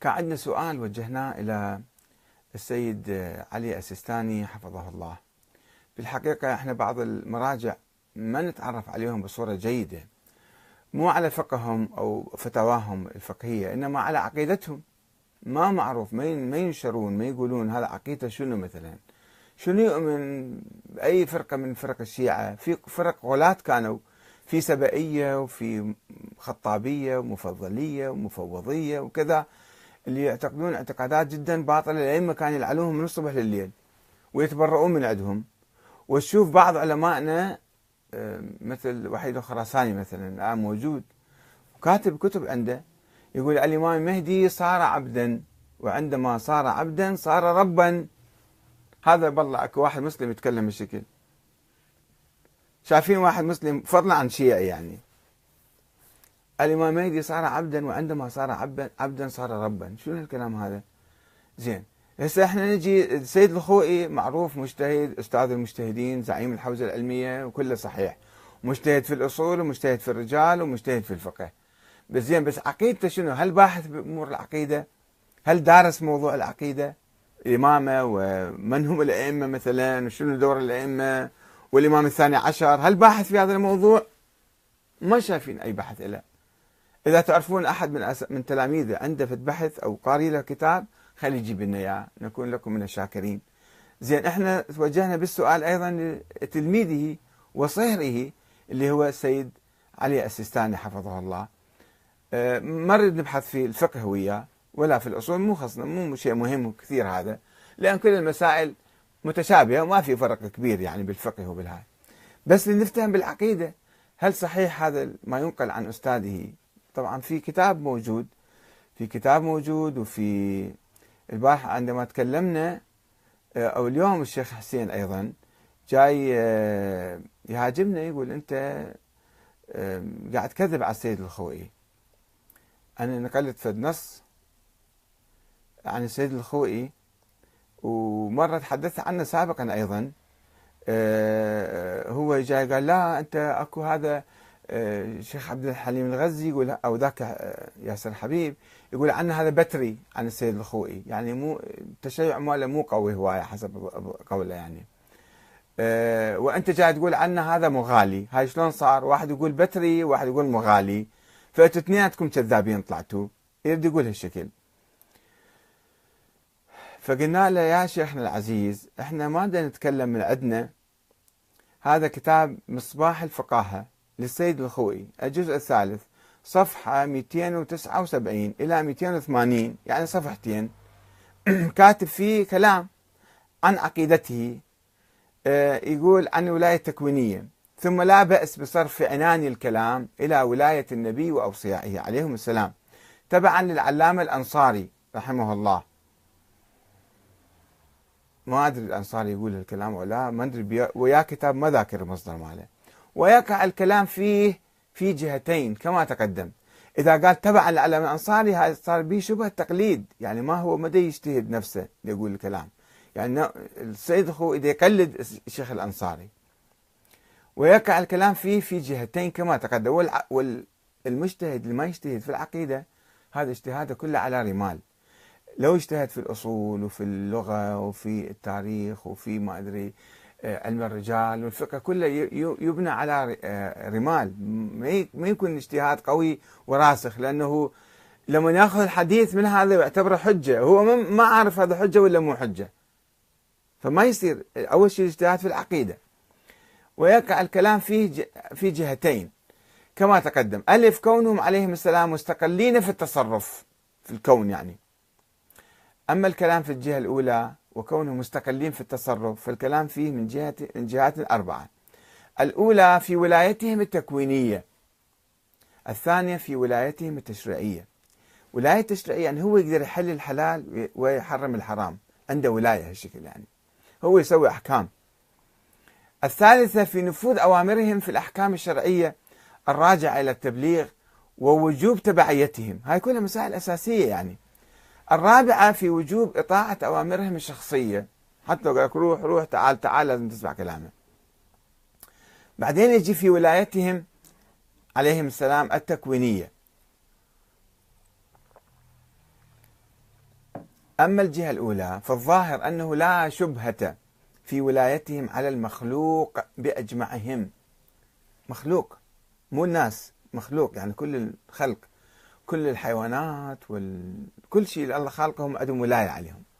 كان عندنا سؤال وجهناه إلى السيد علي السيستاني حفظه الله. في الحقيقة احنا بعض المراجع ما نتعرف عليهم بصورة جيدة، مو على فقههم أو فتاواهم الفقهية، إنما على عقيدتهم. ما معروف، ما ينشرون، ما يقولون هذا عقيدة شنو مثلا، شنو يؤمن بأي فرقة من فرق الشيعة. في فرق غلاة كانوا، في سبائية وفي خطابية ومفضلية ومفوضية وكذا، اللي يعتقدون اعتقادات جدا باطلة. الأئمة كانوا يلعنوهم من الصبح لليل ويتبرؤون من عندهم. وتشوف بعض علمائنا مثل وحيد الخراساني مثلا الآن موجود، كاتب كتب عنده يقول الإمام المهدي صار عبدا، وعندما صار عبدا صار ربا. هذا بالله اكو واحد مسلم يتكلم بالشكل؟ شايفين واحد مسلم فضلا عن شيعي يعني؟ الإمام المهدي صار عبدا، وعندما صار عبدا صار ربا. شنو الكلام هذا؟ زين، هسه احنا نجي السيد الخوئي معروف مجتهد، استاذ المجتهدين، زعيم الحوزه العلميه، وكله صحيح، مجتهد في الاصول ومجتهد في الرجال ومجتهد في الفقه. بس زين، بس عقيدته شنو؟ هل باحث بامور العقيده؟ هل دارس موضوع العقيده؟ الامامه ومن هم الائمه مثلا، وشنو دور الائمه والامام الثاني عشر؟ هل باحث في هذا الموضوع؟ ما شايفين اي بحث له. اذا تعرفون احد من تلاميذه عنده في بحث او قاري له كتاب، خلي يجيب لنا اياه، نكون لكم من الشاكرين. زين، احنا توجهنا بالسؤال ايضا لتلميذه وصهره اللي هو السيد علي السيستاني حفظه الله. ما نريد نبحث في الفقه وياه ولا في الاصول، مو خصنا، مو شيء مهم كثير هذا، لان كل المسائل متشابهه وما في فرق كبير يعني بالفقه وبالهاي. بس لنفتهم بالعقيده، هل صحيح هذا ما ينقل عن استاذه؟ طبعا في كتاب موجود، وفي البارحة عندما تكلمنا أو اليوم الشيخ حسين أيضا جاي يهاجمنا، يقول أنت قاعد تكذب على السيد الخوئي. أنا نقلت فد نص عن السيد الخوئي، ومرة تحدثت عنه سابقا أيضا. هو جاي قال لا أنت أكو هذا الشيخ عبد الحليم الغزي يقول، او ذاك ياسر حبيب يقول عنه هذا بتري عن السيد الخوئي، يعني مو التشيع ماله مو قوي هوايه حسب قوله يعني. وانت جاي تقول عنه هذا مغالي. هاي شلون صار؟ واحد يقول بتري وواحد يقول مغالي، فانتوا اثنيناتكم كذابين طلعتوا. يريد يقول هالشكل. فقلنا له يا شيخنا العزيز، احنا ما بدنا نتكلم من عندنا. هذا كتاب مصباح الفقاهه للسيد الخوئي، الجزء الثالث، صفحة 279 إلى 280، يعني صفحتين، كاتب فيه كلام عن عقيدته. يقول عن ولاية تكوينية، ثم لا بأس بصرف عنان الكلام إلى ولاية النبي وأوصيائه عليهم السلام، تبعا للعلامة الأنصاري رحمه الله. ما أدري الأنصاري يقول الكلام ولا ما أدري، ويا كتاب ما ذاكر المصدر ماله. ويقع الكلام فيه في جهتين كما تقدم. إذا قال تبع العلامة الأنصاري، هذا صار به شبه التقليد، يعني ما هو مدى يجتهد نفسه يقول الكلام، يعني السيد الخوئي إذا يقلد الشيخ الأنصاري. ويقع الكلام فيه في جهتين كما تقدم. والمجتهد اللي ما يجتهد في العقيدة، هذا اجتهاده كله على رمال. لو اجتهد في الأصول وفي اللغة وفي التاريخ وفي ما أدري علم الرجال والفقه، كله يبنى على رمال، ما يكون اجتهاد قوي وراسخ، لأنه لما ياخذ الحديث من هذا يعتبره حجة، هو ما عارف هذا حجة ولا مو حجة. فما يصير. أول شيء الاجتهاد في العقيدة. ويقع الكلام فيه في جهتين كما تقدم. ألف، كونهم عليهم السلام مستقلين في التصرف في الكون يعني. أما الكلام في الجهة الأولى وكونهم مستقلين في التصرف، فالكلام فيه من جهات أربعة. الأولى في ولايتهم التكوينية، الثانية في ولايتهم التشريعية. ولاية التشريعية يعني هو يقدر يحل الحلال ويحرم الحرام، عنده ولاية هالشكل، يعني هو يسوي أحكام. الثالثة في نفوذ أوامرهم في الأحكام الشرعية الراجعة إلى التبليغ ووجوب تبعيتهم. هاي كلها مسائل أساسية يعني. الرابعة في وجوب إطاعة أوامرهم الشخصية، حتى لو قال لك روح روح تعال تعال لازم تسمع كلامه. بعدين يجي في ولايتهم عليهم السلام التكوينية. أما الجهة الأولى فالظاهر أنه لا شبهة في ولايتهم على المخلوق بأجمعهم. مخلوق، مو الناس، مخلوق يعني كل الخلق، كل الحيوانات كل شيء اللي الله خالقهم عندهم ولاية عليهم.